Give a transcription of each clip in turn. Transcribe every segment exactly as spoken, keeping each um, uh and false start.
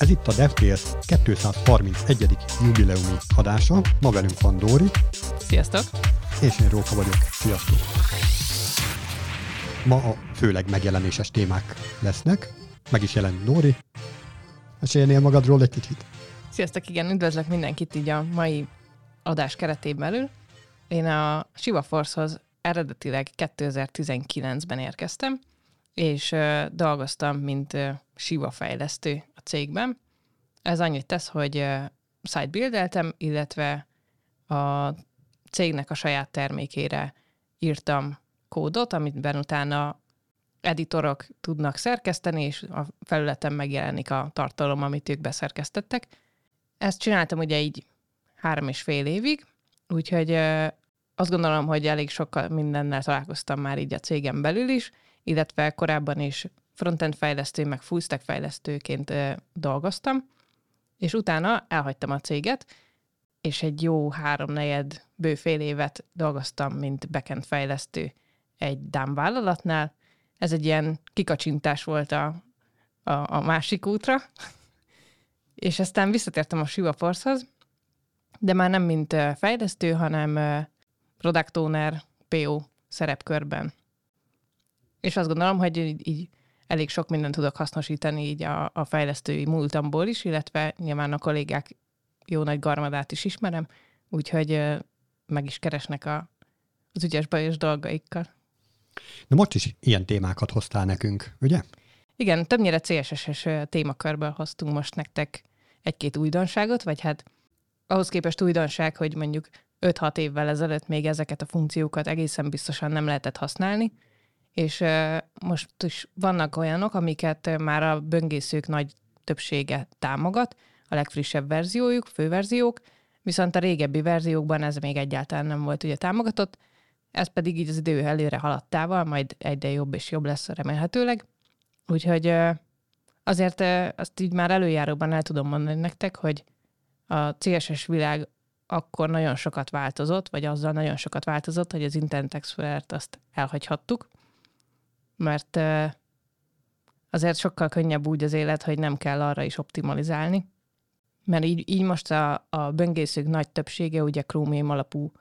Ez itt a DevTales kétszázharmincegyedik jubileumi adása. Ma velünk van Dóri. Sziasztok! És én Róka vagyok. Sziasztok! Ma a főleg megjelenéses témák lesznek. Meg is jelent Dóri. Mesélnél magadról egy kicsit? Sziasztok, igen, üdvözlök mindenkit így a mai adás keretében belül. Én a Shiva Force-hoz eredetileg kétezer-tizenkilencben érkeztem, és uh, dolgoztam, mint uh, Shiva fejlesztő a cégben. Ez annyit tesz, hogy uh, site buildeltem, illetve a cégnek a saját termékére írtam kódot, amit utána editorok tudnak szerkeszteni, és a felületen megjelenik a tartalom, amit ők beszerkesztettek. Ezt csináltam ugye így három és fél évig, úgyhogy uh, azt gondolom, hogy elég sok mindennel találkoztam már így a cégem belül is, illetve korábban is frontend fejlesztő, meg fullstack fejlesztőként uh, dolgoztam, és utána elhagytam a céget, és egy jó háromnegyed, bő fél évet dolgoztam, mint backend fejlesztő egy dán vállalatnál. Ez egy ilyen kikacsintás volt a, a, a másik útra, és aztán visszatértem a Shiva Force-hoz, de már nem mint fejlesztő, hanem product owner, pé o szerepkörben. És azt gondolom, hogy így, így elég sok mindent tudok hasznosítani így a, a fejlesztői múltamból is, illetve nyilván a kollégák jó nagy garmadát is ismerem, úgyhogy meg is keresnek a, az ügyes bajos dolgaikkal. De most is ilyen témákat hoztál nekünk, ugye? Igen, többnyire cé es es-es témakörből hoztunk most nektek egy-két újdonságot, vagy hát ahhoz képest újdonság, hogy mondjuk öt-hat évvel ezelőtt még ezeket a funkciókat egészen biztosan nem lehetett használni, és uh, most is vannak olyanok, amiket már a böngészők nagy többsége támogat, a legfrissebb verziójuk, főverziók, viszont a régebbi verziókban ez még egyáltalán nem volt ugye támogatott, ez pedig így az idő előre haladtával majd egyre jobb és jobb lesz remélhetőleg. Úgyhogy uh, azért uh, azt így már előjáróban el tudom mondani nektek, hogy a cé es es világ akkor nagyon sokat változott, vagy azzal nagyon sokat változott, hogy az Internet Explorer-t azt elhagyhattuk, mert uh, azért sokkal könnyebb úgy az élet, hogy nem kell arra is optimalizálni, mert így, így most a, a böngészők nagy többsége ugye Chromium alapú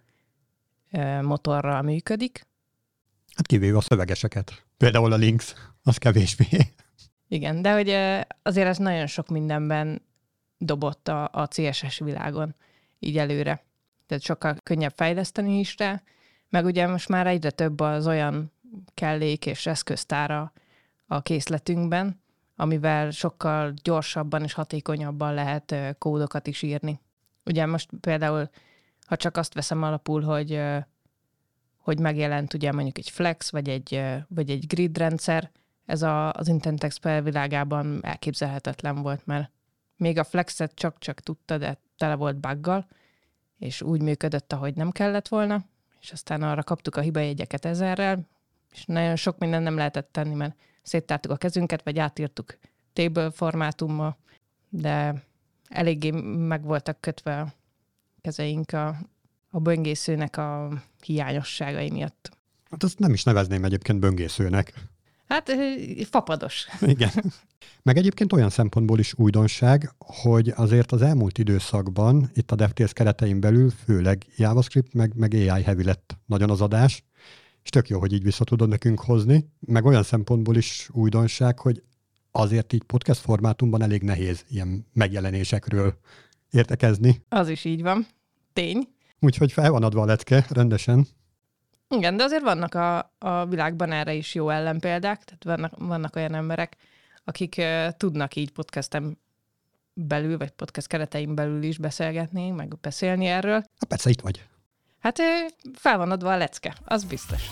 uh, motorral működik. Hát kivéve a szövegeseket. Például a Lynx, az kevésbé. Igen, de hogy uh, azért ez nagyon sok mindenben dobott a, a cé es es világon így előre. Tehát sokkal könnyebb fejleszteni is rá, meg ugye most már egyre több az olyan kellék és eszköztára a készletünkben, amivel sokkal gyorsabban és hatékonyabban lehet kódokat is írni. Ugye most például, ha csak azt veszem alapul, hogy, hogy megjelent ugye mondjuk egy Flex, vagy egy, vagy egy grid rendszer, ez a, az Internet Explorer világában elképzelhetetlen volt, mert még a Flexet csak-csak tudta, de tele volt buggal, és úgy működött, ahogy nem kellett volna, és aztán arra kaptuk a hibajegyeket ezerrel, és nagyon sok minden nem lehetett tenni, mert széttártuk a kezünket, vagy átírtuk table formátummal, de eléggé meg voltak kötve a kezeink a, a böngészőnek a hiányosságai miatt. Hát azt nem is nevezném egyébként böngészőnek. Hát fapados. Igen. Meg egyébként olyan szempontból is újdonság, hogy azért az elmúlt időszakban, itt a DevTales keretein belül, főleg JavaScript, meg, meg á i heavy lett nagyon az adás, és tök jó, hogy így vissza tudod nekünk hozni, meg olyan szempontból is újdonság, hogy azért így podcast formátumban elég nehéz ilyen megjelenésekről értekezni. Az is így van. Tény. Úgyhogy fel van adva a lecke rendesen. Igen, de azért vannak a, a világban erre is jó ellenpéldák, tehát vannak, vannak olyan emberek, akik uh, tudnak így podcasten belül, vagy podcast keretein belül is beszélgetni, meg beszélni erről. Hát persze, itt vagy. Hát uh, fel van adva a lecke, az biztos.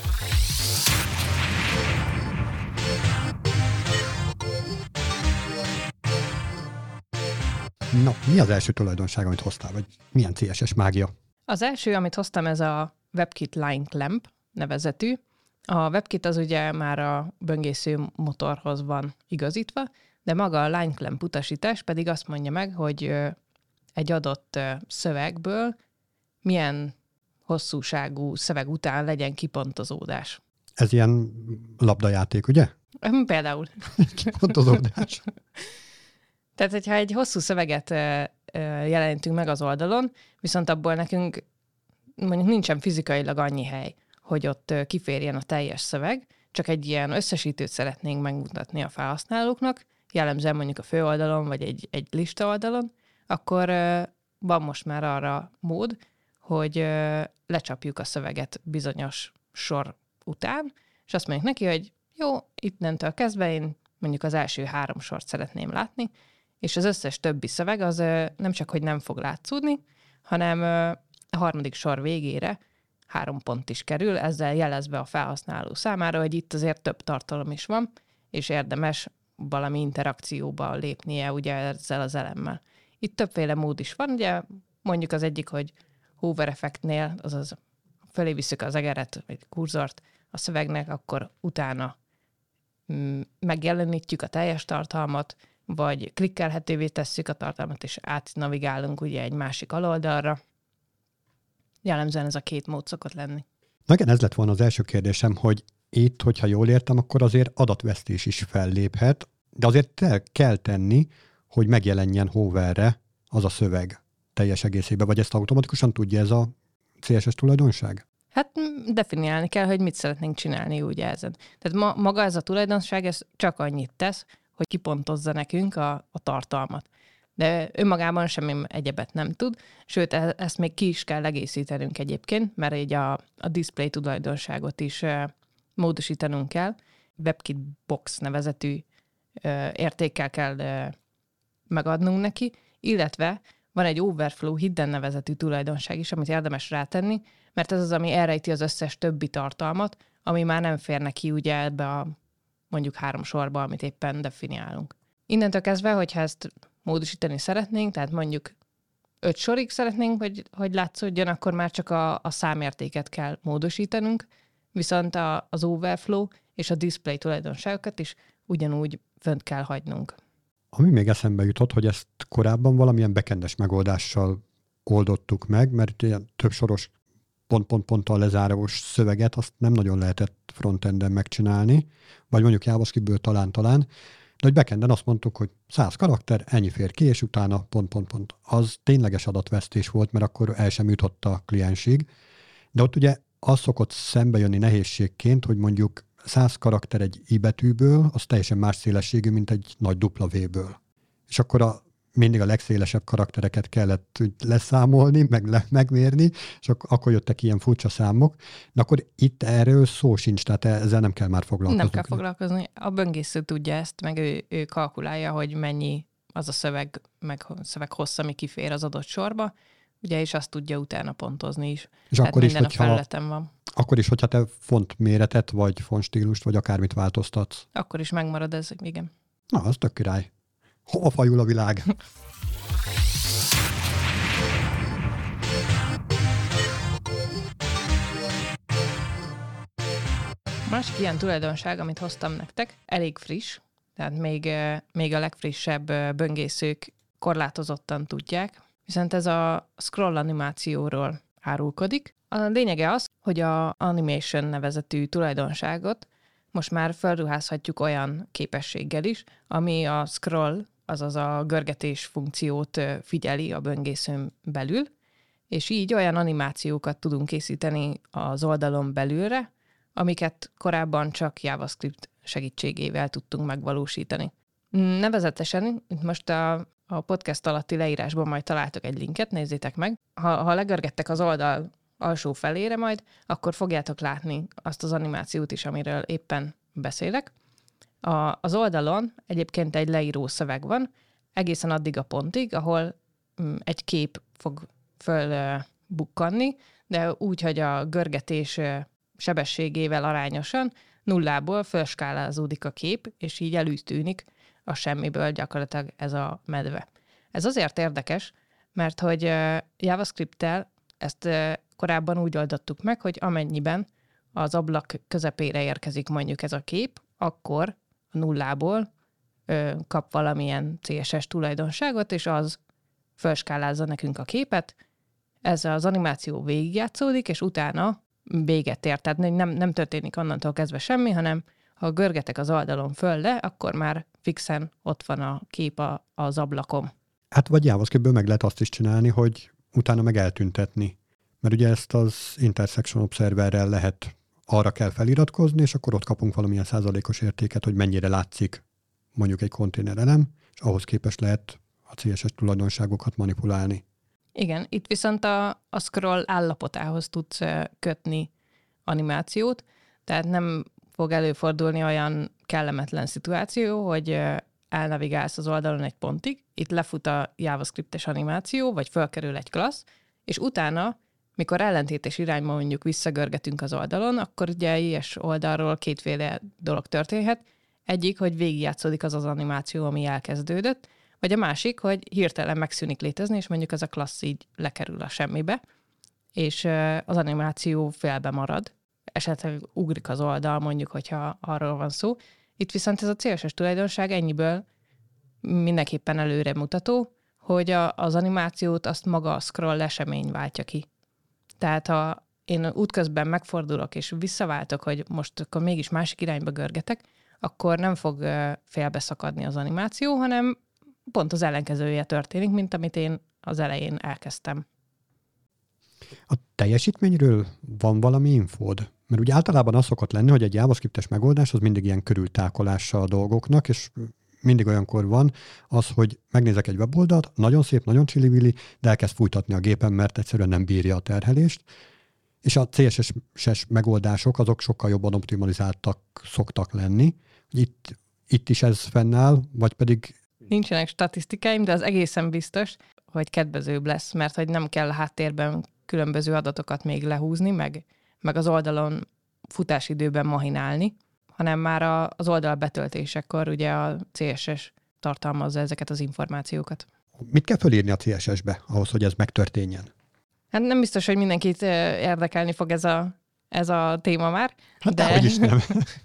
Na, mi az első tulajdonság, amit hoztál, vagy milyen cé es es mágia? Az első, amit hoztam, ez a WebKit Line Clamp nevezetű. A WebKit az ugye már a böngésző motorhoz van igazítva, de maga a Line Clamp utasítás pedig azt mondja meg, hogy egy adott szövegből milyen hosszúságú szöveg után legyen kipontozódás. Ez ilyen labdajáték, ugye? Például. Kipontozódás. Tehát, hogyha egy hosszú szöveget jelenítünk meg az oldalon, viszont abból nekünk mondjuk nincsen fizikailag annyi hely, hogy ott kiférjen a teljes szöveg, csak egy ilyen összesítőt szeretnénk megmutatni a felhasználóknak, jellemzően mondjuk a főoldalon, vagy egy, egy lista oldalon, akkor van most már arra mód, hogy lecsapjuk a szöveget bizonyos sor után, és azt mondjuk neki, hogy jó, innentől kezdve én mondjuk az első három sort szeretném látni, és az összes többi szöveg az nem csak, hogy nem fog látszódni, hanem a harmadik sor végére három pont is kerül, ezzel jelezve a felhasználó számára, hogy itt azért több tartalom is van, és érdemes valami interakcióba lépnie ugye ezzel az elemmel. Itt többféle mód is van, ugye mondjuk az egyik, hogy hover effektnél, azaz fölé visszük az egeret, vagy kurzort a szövegnek, akkor utána mm, megjelenítjük a teljes tartalmat, vagy klikkelhetővé tesszük a tartalmat, és átnavigálunk ugye egy másik aloldalra. Jellemzően ez a két mód szokott lenni. Na igen, ez lett volna az első kérdésem, hogy itt, hogyha jól értem, akkor azért adatvesztés is felléphet, de azért kell tenni, hogy megjelenjen hoverre az a szöveg teljes egészében, vagy ezt automatikusan tudja ez a cé es es tulajdonság? Hát definiálni kell, hogy mit szeretnénk csinálni ugye ezen. Tehát ma, maga ez a tulajdonság, ez csak annyit tesz, hogy kipontozza nekünk a, a tartalmat. De önmagában semmi egyebet nem tud, sőt, ezt még ki is kell egészítenünk egyébként, mert így a, a display tulajdonságot is uh, módosítanunk kell. WebKit Box nevezetű uh, értékkel kell uh, megadnunk neki, illetve van egy Overflow Hidden nevezetű tulajdonság is, amit érdemes rátenni, mert ez az, ami elrejti az összes többi tartalmat, ami már nem fér neki ugye ebbe a mondjuk három sorba, amit éppen definiálunk. Innentől kezdve, hogyha ezt módosítani szeretnénk, tehát mondjuk öt sorig szeretnénk, hogy, hogy látszódjon, akkor már csak a, a számértéket kell módosítanunk, viszont a, az Overflow és a Display tulajdonságokat is ugyanúgy fönt kell hagynunk. Ami még eszembe jutott, hogy ezt korábban valamilyen backend-es megoldással oldottuk meg, mert ilyen több soros pont-pont-ponttal lezárós szöveget azt nem nagyon lehetett frontenden megcsinálni, vagy mondjuk JavaScriptből talán-talán, de hogy backenden azt mondtuk, hogy száz karakter, ennyi fér ki, és utána pont-pont-pont. Az tényleges adatvesztés volt, mert akkor el sem jutott a kliensig. De ott ugye az szokott szembe jönni nehézségként, hogy mondjuk száz karakter egy i betűből, az teljesen más szélességű, mint egy nagy dupla V-ből. És akkor a, mindig a legszélesebb karaktereket kellett leszámolni, meg le, megmérni, és ak- akkor jöttek ilyen furcsa számok. De akkor itt erről szó sincs, tehát ezzel nem kell már foglalkozni. Nem kell foglalkozni. A böngésző tudja ezt, meg ő, ő kalkulálja, hogy mennyi az a szöveg, meg szöveg hossz, ami kifér az adott sorba, ugye, és azt tudja utána pontozni is. És tehát akkor minden is, hogyha, a felületen van. Akkor is, hogyha te font méretet, vagy font stílust, vagy akármit változtatsz. Akkor is megmarad ez, igen. Na, az tök király. Hova fajul a világ? Másik ilyen tulajdonság, amit hoztam nektek, elég friss, tehát még, még a legfrissebb böngészők korlátozottan tudják, viszont ez a scroll animációról árulkodik. A lényege az, hogy a animation nevezetű tulajdonságot most már felruházhatjuk olyan képességgel is, ami a scroll, azaz a görgetés funkciót figyeli a böngészőn belül, és így olyan animációkat tudunk készíteni az oldalon belülre, amiket korábban csak JavaScript segítségével tudtunk megvalósítani. Nevezetesen, most a, a podcast alatti leírásban majd találtok egy linket, nézzétek meg. Ha, ha legörgettek az oldal alsó felére majd, akkor fogjátok látni azt az animációt is, amiről éppen beszélek. A, az oldalon egyébként egy leíró szöveg van, egészen addig a pontig, ahol mm, egy kép fog fölbukkanni, de úgy, hogy a görgetés sebességével arányosan nullából felskálázódik a kép, és így elűtűnik a semmiből gyakorlatilag ez a medve. Ez azért érdekes, mert hogy JavaScript-tel ezt korábban úgy oldottuk meg, hogy amennyiben az ablak közepére érkezik mondjuk ez a kép, akkor a nullából ö, kap valamilyen cé es es tulajdonságot, és az felskálázza nekünk a képet, ez az animáció végigjátszódik, és utána véget ér. Tehát nem, nem történik onnantól kezdve semmi, hanem ha görgetek az oldalon föl-le, akkor már fixen ott van a kép a, az ablakom. Hát vagy JavaScriptből meg lehet azt is csinálni, hogy utána meg eltüntetni. Mert ugye ezt az Intersection Observerrel lehet, arra kell feliratkozni, és akkor ott kapunk valamilyen százalékos értéket, hogy mennyire látszik mondjuk egy konténerelem, és ahhoz képest lehet a cé es es tulajdonságokat manipulálni. Igen, itt viszont a, a scroll állapotához tudsz kötni animációt, tehát nem fog előfordulni olyan kellemetlen szituáció, hogy elnavigálsz az oldalon egy pontig, itt lefut a JavaScriptes animáció, vagy felkerül egy klassz, és utána, mikor ellentétes irányba mondjuk visszagörgetünk az oldalon, akkor ugye ilyes oldalról kétféle dolog történhet. Egyik, hogy végigjátszódik az az animáció, ami elkezdődött, vagy a másik, hogy hirtelen megszűnik létezni, és mondjuk ez a klassz így lekerül a semmibe, és az animáció félbe marad. Esetleg ugrik az oldal, mondjuk, hogyha arról van szó. Itt viszont ez a cé es es tulajdonság ennyiből mindenképpen előre mutató, hogy a, az animációt azt maga a scroll esemény váltja ki. Tehát ha én útközben megfordulok és visszaváltok, hogy most akkor mégis másik irányba görgetek, akkor nem fog félbeszakadni az animáció, hanem pont az ellenkezője történik, mint amit én az elején elkezdtem. A teljesítményről van valami infód? Mert ugye általában az szokott lenni, hogy egy JavaScriptes megoldás az mindig ilyen körültákolása a dolgoknak, és mindig olyankor van az, hogy megnézek egy weboldalt, nagyon szép, nagyon csili-vili, de elkezd fújtatni a gépen, mert egyszerűen nem bírja a terhelést, és a cé es es megoldások azok sokkal jobban optimalizáltak szoktak lenni. Itt, itt is ez fennáll, vagy pedig... Nincsenek statisztikáim, de az egészen biztos, hogy kedvezőbb lesz, mert hogy nem kell a háttérben különböző adatokat még lehúzni, meg, meg az oldalon futásidőben mahinálni, hanem már a, az oldal betöltésekor ugye a cé es es tartalmazza ezeket az információkat. Mit kell fölírni a cé es es-be ahhoz, hogy ez megtörténjen? Hát nem biztos, hogy mindenkit érdekelni fog ez a, ez a téma már. Hát de hogy is nem.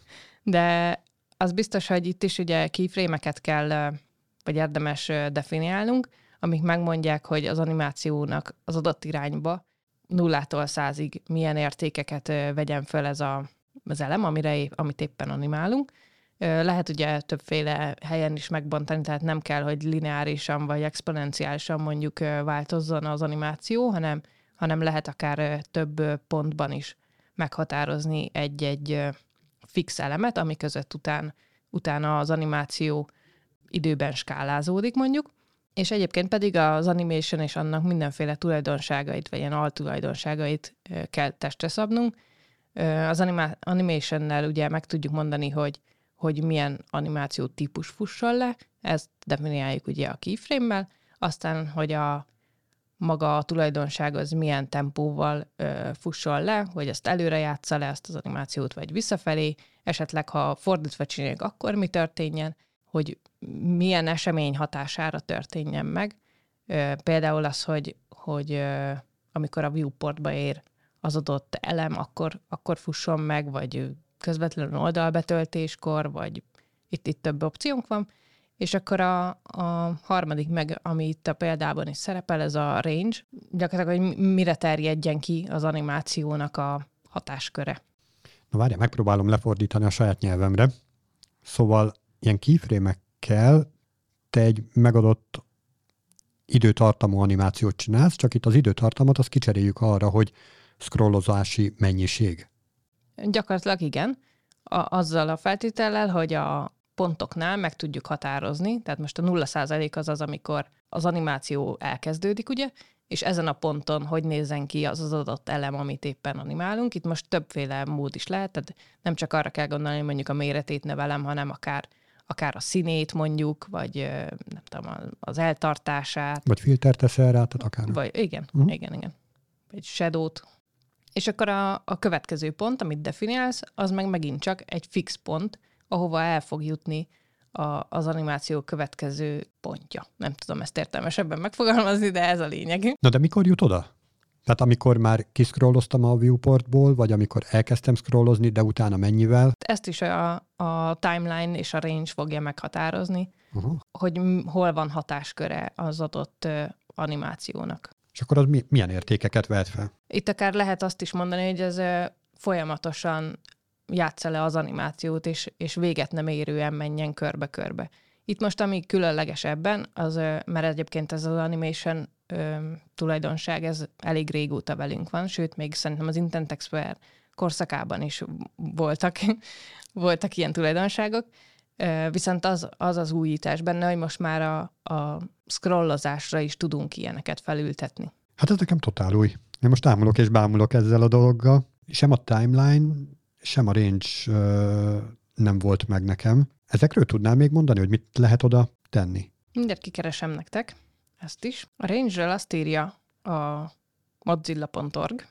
De az biztos, hogy itt is ugye keyframe-eket kell, vagy érdemes definiálnunk, amik megmondják, hogy az animációnak az adott irányba nullától százig milyen értékeket vegyen föl ez a, az elem, amire, amit éppen animálunk. Lehet ugye többféle helyen is megbontani, tehát nem kell, hogy lineárisan vagy exponenciálisan mondjuk változzon az animáció, hanem, hanem lehet akár több pontban is meghatározni egy-egy fix elemet, ami között után, utána az animáció időben skálázódik mondjuk, és egyébként pedig az animation és annak mindenféle tulajdonságait, vagy ilyen altulajdonságait kell testre szabnunk. Az anima- animationnel ugye meg tudjuk mondani, hogy, hogy milyen animáció típus fusson le, ezt definiáljuk ugye a keyframe-mel, aztán, hogy a maga a tulajdonság az milyen tempóval ö, fusson le, hogy ezt előre játsza le ezt az animációt, vagy visszafelé, esetleg ha fordítva csináljuk, akkor mi történjen, hogy milyen esemény hatására történjen meg. Ö, például az, hogy, hogy ö, amikor a viewportba ér az adott elem, akkor, akkor fusson meg, vagy közvetlenül oldalbetöltéskor, vagy itt, itt több opciónk van. És akkor a, a harmadik meg, ami itt a példában is szerepel, ez a range, gyakorlatilag, hogy mire terjedjen ki az animációnak a hatásköre. Na várjál, megpróbálom lefordítani a saját nyelvemre. Szóval ilyen keyframe-ekkel te egy megadott időtartamú animációt csinálsz, csak itt az időtartamot azt kicseréljük arra, hogy scrollozási mennyiség. Gyakorlatilag igen. A, azzal a feltétellel, hogy a pontoknál meg tudjuk határozni, tehát most a nulla százalék az az, amikor az animáció elkezdődik, ugye, és ezen a ponton hogy nézzen ki az az adott elem, amit éppen animálunk. Itt most többféle mód is lehet, tehát nem csak arra kell gondolni, hogy mondjuk a méretét növelem, hanem akár, akár a színét mondjuk, vagy nem tudom, az eltartását. Vagy filtert teszel rá, tehát akár. Vagy, igen, uh-huh. igen, igen. Vagy shadowt. És akkor a, a következő pont, amit definiálsz, az meg megint csak egy fix pont, ahova el fog jutni a, az animáció következő pontja. Nem tudom ezt értelmesebben megfogalmazni, de ez a lényeg. Na de mikor jut oda? Tehát amikor már kiszkrolloztam a viewportból, vagy amikor elkezdtem scrollozni, de utána mennyivel? Ezt is a, a timeline és a range fogja meghatározni, uh-huh. hogy hol van hatásköre az adott uh, animációnak. És akkor az mi, milyen értékeket vehet fel? Itt akár lehet azt is mondani, hogy ez uh, folyamatosan játsza le az animációt, és, és véget nem érően menjen körbe-körbe. Itt most ami különleges ebben, az, mert egyébként ez az animation ö, tulajdonság, ez elég régóta velünk van, sőt, még szerintem az Internet Explorer korszakában is voltak, voltak ilyen tulajdonságok, ö, viszont az, az az újítás benne, hogy most már a, a scrollozásra is tudunk ilyeneket felültetni. Hát ez nekem totál új. Én most ámulok és bámulok ezzel a dologgal. Sem a timeline, sem a range ö, nem volt meg nekem. Ezekről tudnál még mondani, hogy mit lehet oda tenni? Mindjárt kikeresem nektek ezt is. A range-ről azt írja a mozilla pont org,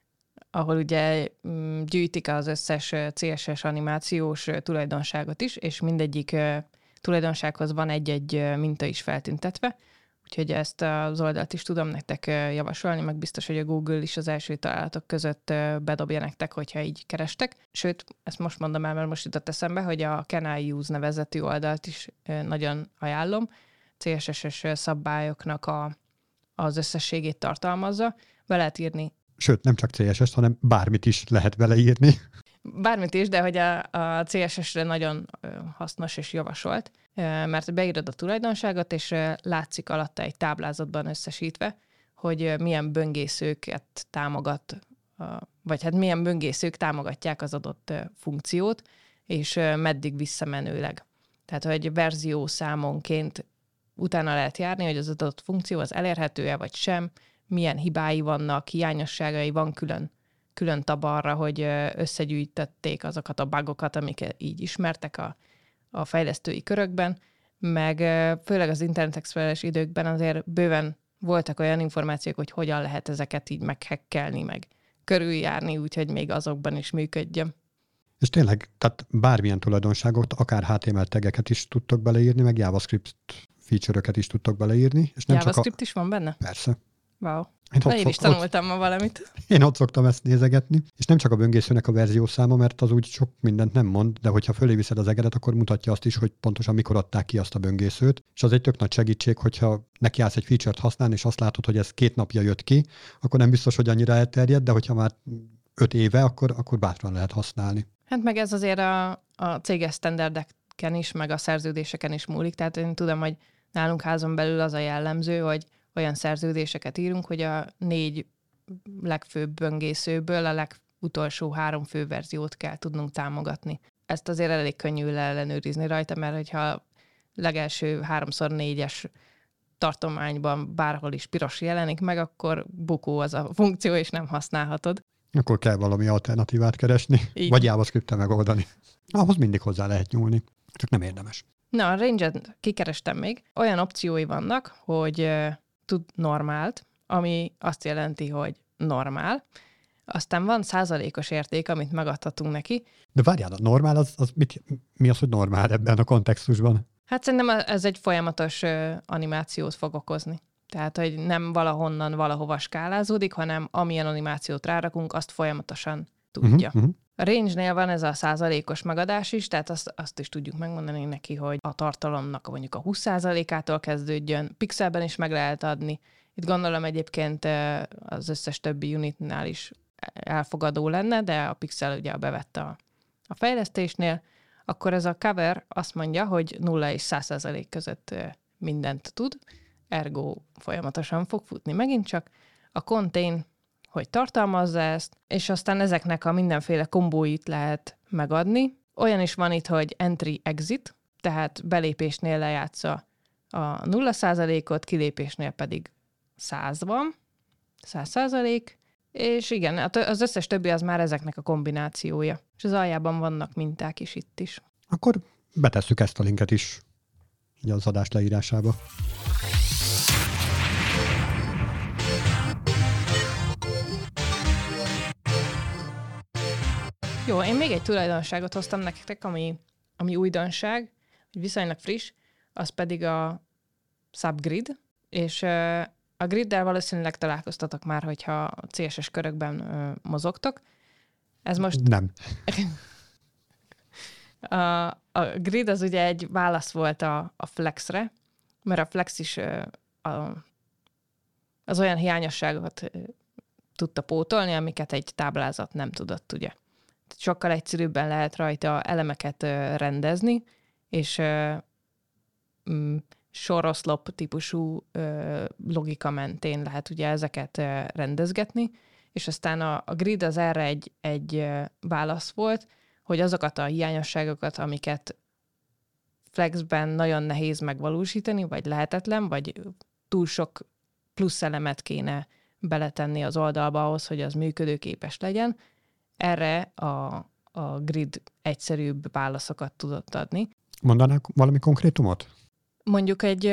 ahol ugye gyűjtik az összes cé es es animációs tulajdonságot is, és mindegyik tulajdonsághoz van egy-egy minta is feltüntetve, úgyhogy ezt az oldalt is tudom nektek javasolni, meg biztos, hogy a Google is az első találatok között bedobja nektek, hogyha így kerestek. Sőt, ezt most mondom el, mert most jutott eszembe, hogy a Can I Use nevezetű oldalt is nagyon ajánlom. cé es es-es szabályoknak a, az összességét tartalmazza. Be lehet írni. Sőt, nem csak cé es es, hanem bármit is lehet beleírni. Bármit is, de hogy a, a cé es es-re nagyon hasznos és javasolt, mert beírod a tulajdonságot, és látszik alatta egy táblázatban összesítve, hogy milyen böngészőket támogat, vagy hát milyen böngészők támogatják az adott funkciót, és meddig visszamenőleg. Tehát, hogy verziószámonként utána lehet járni, hogy az adott funkció az elérhető-e, vagy sem, milyen hibái vannak, hiányosságai, van külön külön tab arra, hogy összegyűjtötték azokat a bugokat, amik így ismertek a, a fejlesztői körökben, meg főleg az Internet Explorer-es időkben azért bőven voltak olyan információk, hogy hogyan lehet ezeket így meghekkelni, meg körüljárni, úgyhogy még azokban is működjön. És tényleg, tehát bármilyen tulajdonságot, akár há té em el tegeket is tudtok beleírni, meg JavaScript feature-öket is tudtok beleírni. És nem JavaScript csak a... is van benne? Persze. Wow. Én, én is tanultam ma valamit. Én ott szoktam ezt nézegetni, és nem csak a böngészőnek a verziószáma, mert az úgy sok mindent nem mond, de hogyha fölé viszed az egedet, akkor mutatja azt is, hogy pontosan mikor adták ki azt a böngészőt, és az egy tök nagy segítség, hogyha nekiállsz egy feature-t használni, és azt látod, hogy ez két napja jött ki, akkor nem biztos, hogy annyira elterjed, de hogyha már öt éve, akkor, akkor bátran lehet használni. Hát meg ez azért a, a céges standardeken is, meg a szerződéseken is múlik, tehát én tudom, hogy nálunk házon belül az a jellemző, hogy olyan szerződéseket írunk, hogy a négy legfőbb böngészőből a legutolsó három fő verziót kell tudnunk támogatni. Ezt azért elég könnyű ellenőrizni rajta, mert hogyha legelső háromszor négyes tartományban bárhol is piros jelenik meg, akkor bukó az a funkció, és nem használhatod. Akkor kell valami alternatívát keresni, így. Vagy JavaScript-tel megoldani. Ahhoz mindig hozzá lehet nyúlni, csak nem érdemes. Na, a range-et kikerestem még. Olyan opciói vannak, hogy tud normált, ami azt jelenti, hogy normál. Aztán van százalékos érték, amit megadhatunk neki. De várjál, a normál, az, az mit, mi az, hogy normál ebben a kontextusban? Hát szerintem ez egy folyamatos animációt fog okozni. Tehát, hogy nem valahonnan valahova skálázódik, hanem amilyen animációt rárakunk, azt folyamatosan tudja. Uh-huh, uh-huh. A range-nél van ez a százalékos megadás is, tehát azt, azt is tudjuk megmondani neki, hogy a tartalomnak mondjuk a húsz százalékától kezdődjön, pixelben is meg lehet adni. Itt gondolom egyébként az összes többi unitnál is elfogadó lenne, de a pixel ugye bevette a, a fejlesztésnél. Akkor ez a cover azt mondja, hogy nulla és száz százalék között mindent tud, ergo folyamatosan fog futni megint csak. A contain, hogy tartalmazza ezt, és aztán ezeknek a mindenféle kombóit lehet megadni. Olyan is van itt, hogy entry-exit, tehát belépésnél lejátsza a nulla százalékot, kilépésnél pedig száz van, száz százalék, és igen, az összes többi az már ezeknek a kombinációja. És az aljában vannak minták is itt is. Akkor betesszük ezt a linket is így az adás leírásába. Jó, én még egy tulajdonságot hoztam nektek, ami, ami újdonság, viszonylag friss, az pedig a subgrid, és a griddel valószínűleg találkoztatok már, hogyha a cé es es körökben mozogtok. Ez most... Nem. a, a grid az ugye egy válasz volt a, a flexre, mert a flex is a, az olyan hiányosságokat tudta pótolni, amiket egy táblázat nem tudott, ugye. sokkal egyszerűbben lehet rajta elemeket rendezni, és mm, soroszlop típusú logika mentén lehet ugye ezeket rendezgetni, és aztán a, a grid az erre egy, egy válasz volt, hogy azokat a hiányosságokat, amiket Flexben nagyon nehéz megvalósítani, vagy lehetetlen, vagy túl sok plusz elemet kéne beletenni az oldalba ahhoz, hogy az működőképes legyen, erre a, a grid egyszerűbb válaszokat tudott adni. Mondanák valami konkrétumot? Mondjuk egy,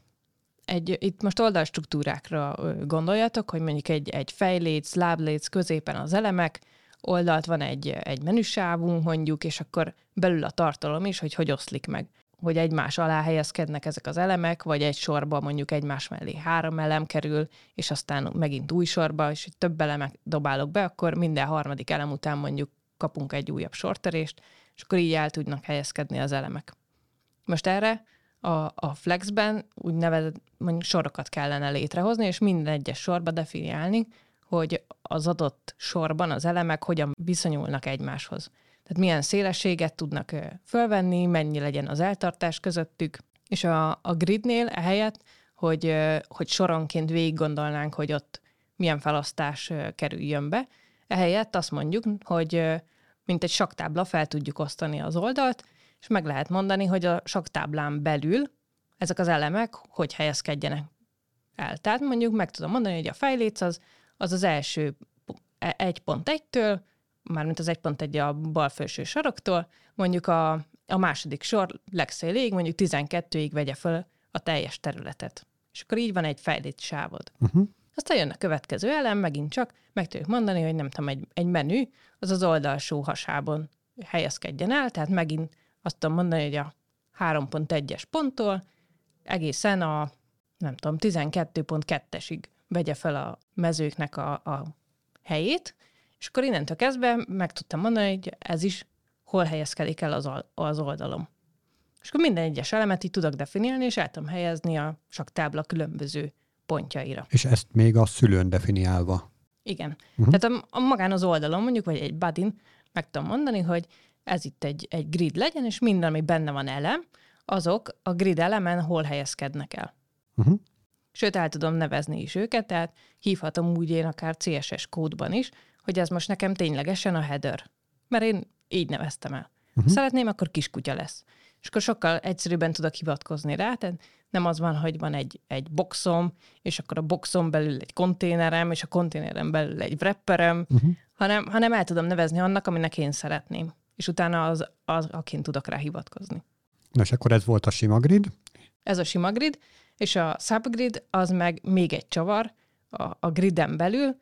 egy itt most oldalstruktúrákra gondoljatok, hogy mondjuk egy, egy fejléc, lábléc, középen az elemek, oldalt van egy, egy menüsávunk mondjuk, és akkor belül a tartalom is, hogy hogy oszlik meg. Hogy egymás alá helyezkednek ezek az elemek, vagy egy sorba mondjuk egymás mellé három elem kerül, és aztán megint új sorba, és több elemet dobálok be, akkor minden harmadik elem után mondjuk kapunk egy újabb sortörést, és akkor így el tudnak helyezkedni az elemek. Most erre a, a Flexben úgynevezett mondjuk sorokat kellene létrehozni, és minden egyes sorba definiálni, hogy az adott sorban az elemek hogyan viszonyulnak egymáshoz. Tehát milyen szélességet tudnak fölvenni, mennyi legyen az eltartás közöttük, és a, a gridnél ehelyett, hogy, hogy soronként végig gondolnánk, hogy ott milyen felosztás kerüljön be, ehelyett azt mondjuk, hogy mint egy saktábla fel tudjuk osztani az oldalt, és meg lehet mondani, hogy a saktáblán belül ezek az elemek hogy helyezkedjenek el. Tehát mondjuk meg tudom mondani, hogy a fejléc az az, az első egy pont egytől, mármint az egy pont egy a bal felső saroktól, mondjuk a, a második sor legszéléig, mondjuk tizenkettőig vegye föl a teljes területet. És akkor így van egy fejlét sávod. Uh-huh. Aztán jön a következő elem, megint csak meg tudjuk mondani, hogy nem tudom, egy, egy menü, az az oldalsó hasában helyezkedjen el, tehát megint azt tudom mondani, hogy a három pont egyes ponttól egészen a, nem tudom, tizenkettő pont kettesig vegye fel a mezőknek a, a helyét, és akkor innentől kezdve meg tudtam mondani, hogy ez is hol helyezkedik el az, az oldalom. És akkor minden egyes elemet így tudok definiálni, és el tudom helyezni a saktábla különböző pontjaira. És ezt még a szülőn definiálva? Igen. Uh-huh. Tehát a, a magán az oldalon mondjuk, vagy egy budin meg tudom mondani, hogy ez itt egy, egy grid legyen, és minden, ami benne van elem, azok a grid elemen hol helyezkednek el. Uh-huh. Sőt, el tudom nevezni is őket, tehát hívhatom úgy én akár cé es es kódban is, hogy ez most nekem ténylegesen a header. Mert én így neveztem el. Uh-huh. Szeretném, akkor kiskutya lesz. És akkor sokkal egyszerűbben tudok hivatkozni rá, tehát nem az van, hogy van egy, egy boxom, és akkor a boxon belül egy konténerem, és a konténerem belül egy wrapperem, uh-huh. hanem, hanem el tudom nevezni annak, aminek én szeretném. És utána az, az akin tudok rá hivatkozni. Na, és akkor ez volt a sima grid? Ez a sima grid, és a subgrid az meg még egy csavar a, a griden belül,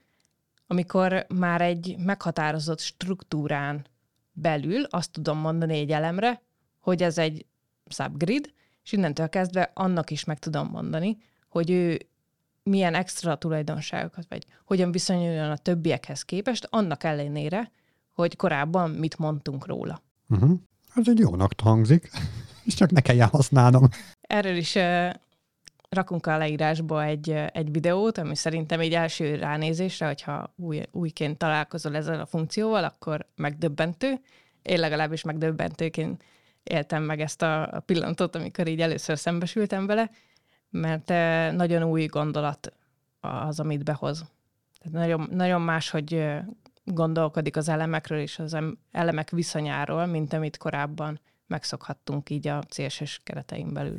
amikor már egy meghatározott struktúrán belül azt tudom mondani egy elemre, hogy ez egy subgrid, és innentől kezdve annak is meg tudom mondani, hogy ő milyen extra tulajdonságokat, vagy hogyan viszonyuljon a többiekhez képest, annak ellenére, hogy korábban mit mondtunk róla. Uh-huh. Ez egy jónak hangzik, és csak ne kelljen használnom. Erről is uh, rakunk a leírásba egy, egy videót, ami szerintem egy első ránézésre, hogyha új, újként találkozol ezzel a funkcióval, akkor megdöbbentő. Én legalábbis megdöbbentőként éltem meg ezt a pillanatot, amikor így először szembesültem vele, mert nagyon új gondolat az, amit behoz. Tehát nagyon, nagyon más, hogy gondolkodik az elemekről és az elemek viszonyáról, mint amit korábban megszokhattunk így a cé es es keretein belül.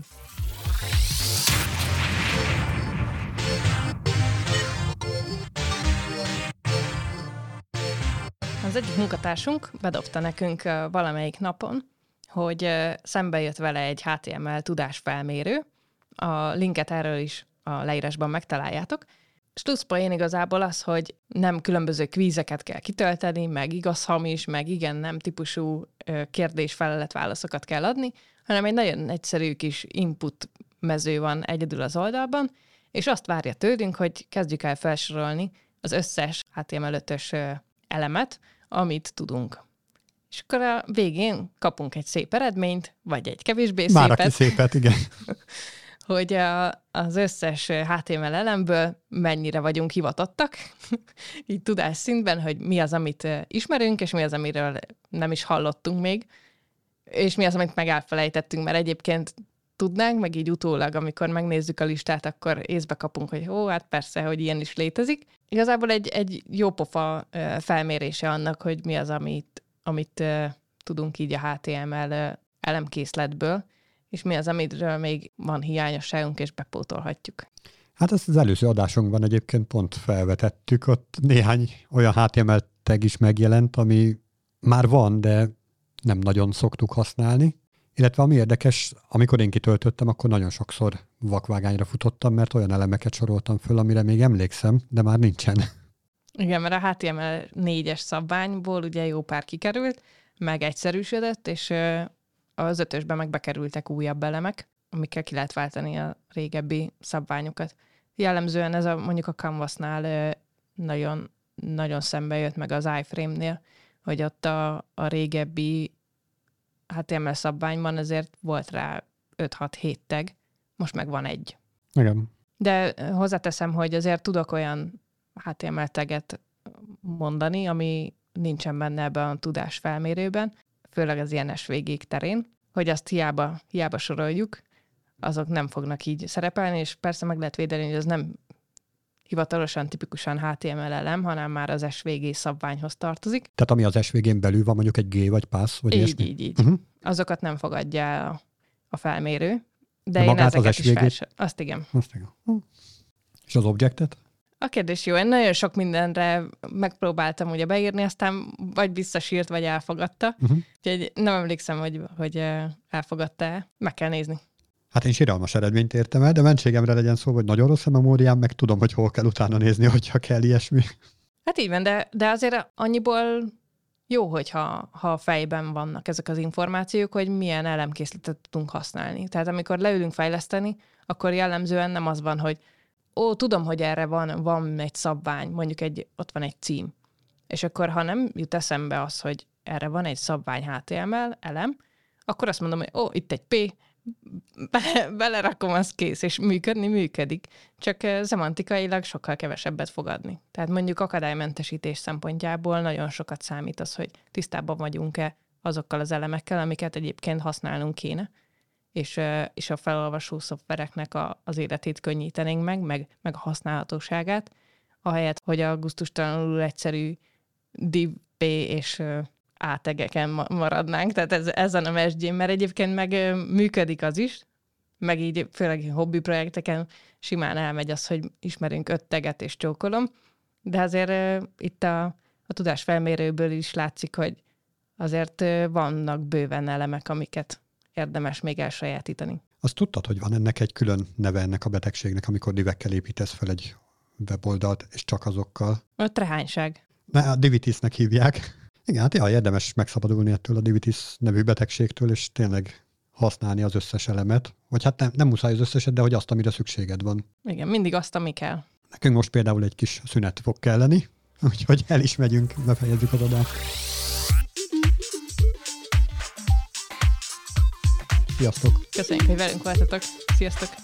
Az egyik munkatársunk bedobta nekünk valamelyik napon, hogy szembe jött vele egy há té em el tudásfelmérő. A linket erről is a leírásban megtaláljátok. Slusszpoén igazából az, hogy nem különböző kvízeket kell kitölteni, meg igaz-hamis, meg igen-nem típusú kérdés-felelet-válaszokat kell adni, hanem egy nagyon egyszerű kis input mező van egyedül az oldalban, és azt várja tőlünk, hogy kezdjük el felsorolni az összes há té em el ötös elemet, amit tudunk. És akkor a végén kapunk egy szép eredményt, vagy egy kevésbé Már szépet. aki szépet, igen. hogy a, az összes há té em el elemből mennyire vagyunk hivatottak, így tudás szintben, hogy mi az, amit ismerünk, és mi az, amiről nem is hallottunk még, és mi az, amit meg elfelejtettünk, mert egyébként tudnánk, meg így utólag, amikor megnézzük a listát, akkor észbe kapunk, hogy ó, hát persze, hogy ilyen is létezik. Igazából egy, egy jópofa felmérése annak, hogy mi az, amit, amit tudunk így a há té em el elemkészletből, és mi az, amiről még van hiányosságunk, és bepótolhatjuk. Hát ezt az előző adásunkban egyébként pont felvetettük, ott néhány olyan há té em el tag is megjelent, ami már van, de nem nagyon szoktuk használni. Illetve ami érdekes, amikor én kitöltöttem, akkor nagyon sokszor vakvágányra futottam, mert olyan elemeket soroltam föl, amire még emlékszem, de már nincsen. Igen, mert a há té em el négyes szabványból ugye jó pár kikerült, meg egyszerűsödött, és az ötösben meg bekerültek újabb elemek, amikkel ki lehet váltani a régebbi szabványokat. Jellemzően ez a, mondjuk a Canvasnál nagyon, nagyon szembe jött, meg az iframe-nél, hogy ott a, a régebbi há té em el szabványban azért volt rá öt-hat-hét tag, most meg van egy. Igen. De hozzáteszem, hogy azért tudok olyan há té em el taget mondani, ami nincsen benne ebben a tudásfelmérőben, főleg az ilyen es vé gé-k terén, hogy azt hiába, hiába soroljuk, azok nem fognak így szerepelni, és persze meg lehet védeni, hogy ez nem hivatalosan, tipikusan há té em el elem, hanem már az es vé gé szabványhoz tartozik. Tehát ami az es vé gén belül van, mondjuk egy G vagy pass, vagy így, ilyesmi? Így, így. Uh-huh. Azokat nem fogadja el a, a felmérő, de, de én ezeket az is felsor... Azt igen. Azt igen. Uh. És az objektet? A kérdés jó. Én nagyon sok mindenre megpróbáltam ugye beírni, aztán vagy visszasírt, vagy elfogadta. Uh-huh. Úgyhogy nem emlékszem, hogy, hogy elfogadta-e. Meg kell nézni. Hát én siralmas eredményt értem el, de mentségemre legyen szó, hogy nagyon rossz a memóriám, meg tudom, hogy hol kell utána nézni, hogyha kell ilyesmi. Hát így van, de, de azért annyiból jó, hogyha ha fejben vannak ezek az információk, hogy milyen elemkészletet tudunk használni. Tehát amikor leülünk fejleszteni, akkor jellemzően nem az van, hogy ó, tudom, hogy erre van, van egy szabvány, mondjuk egy, ott van egy cím. És akkor, ha nem jut eszembe az, hogy erre van egy szabvány há té em el elem, akkor azt mondom, hogy ó, itt egy P, Be, belerakom, az kész, és működni működik. Csak szemantikailag sokkal kevesebbet fog adni. Tehát mondjuk akadálymentesítés szempontjából nagyon sokat számít az, hogy tisztában vagyunk-e azokkal az elemekkel, amiket egyébként használnunk kéne, és, és a felolvasó szoftvereknek a, az életét könnyítenénk meg, meg, meg a használhatóságát, ahelyett, hogy a gusztustalanul egyszerű div P és átegeken maradnánk, tehát ez, ezen a es gé, mert egyébként meg működik az is, meg így főleg hobbi projekteken simán elmegy az, hogy ismerünk öt teget és csókolom, de azért uh, itt a, a tudásfelmérőből is látszik, hogy azért uh, vannak bőven elemek, amiket érdemes még elsajátítani. Azt tudtad, hogy van ennek egy külön neve ennek a betegségnek, amikor divekkel építesz fel egy weboldalt, és csak azokkal? A trehányság. Ne, a divitisnek hívják. Igen, hát jaj, érdemes megszabadulni ettől a divitis nevű betegségtől, és tényleg használni az összes elemet. Vagy hát nem, nem muszáj az összeset, de hogy azt, amire szükséged van. Igen, mindig azt, ami kell. Nekünk most például egy kis szünet fog kelleni, úgyhogy el is megyünk, befejezzük az adást. Sziasztok! Köszönjük, hogy velünk voltatok. Sziasztok!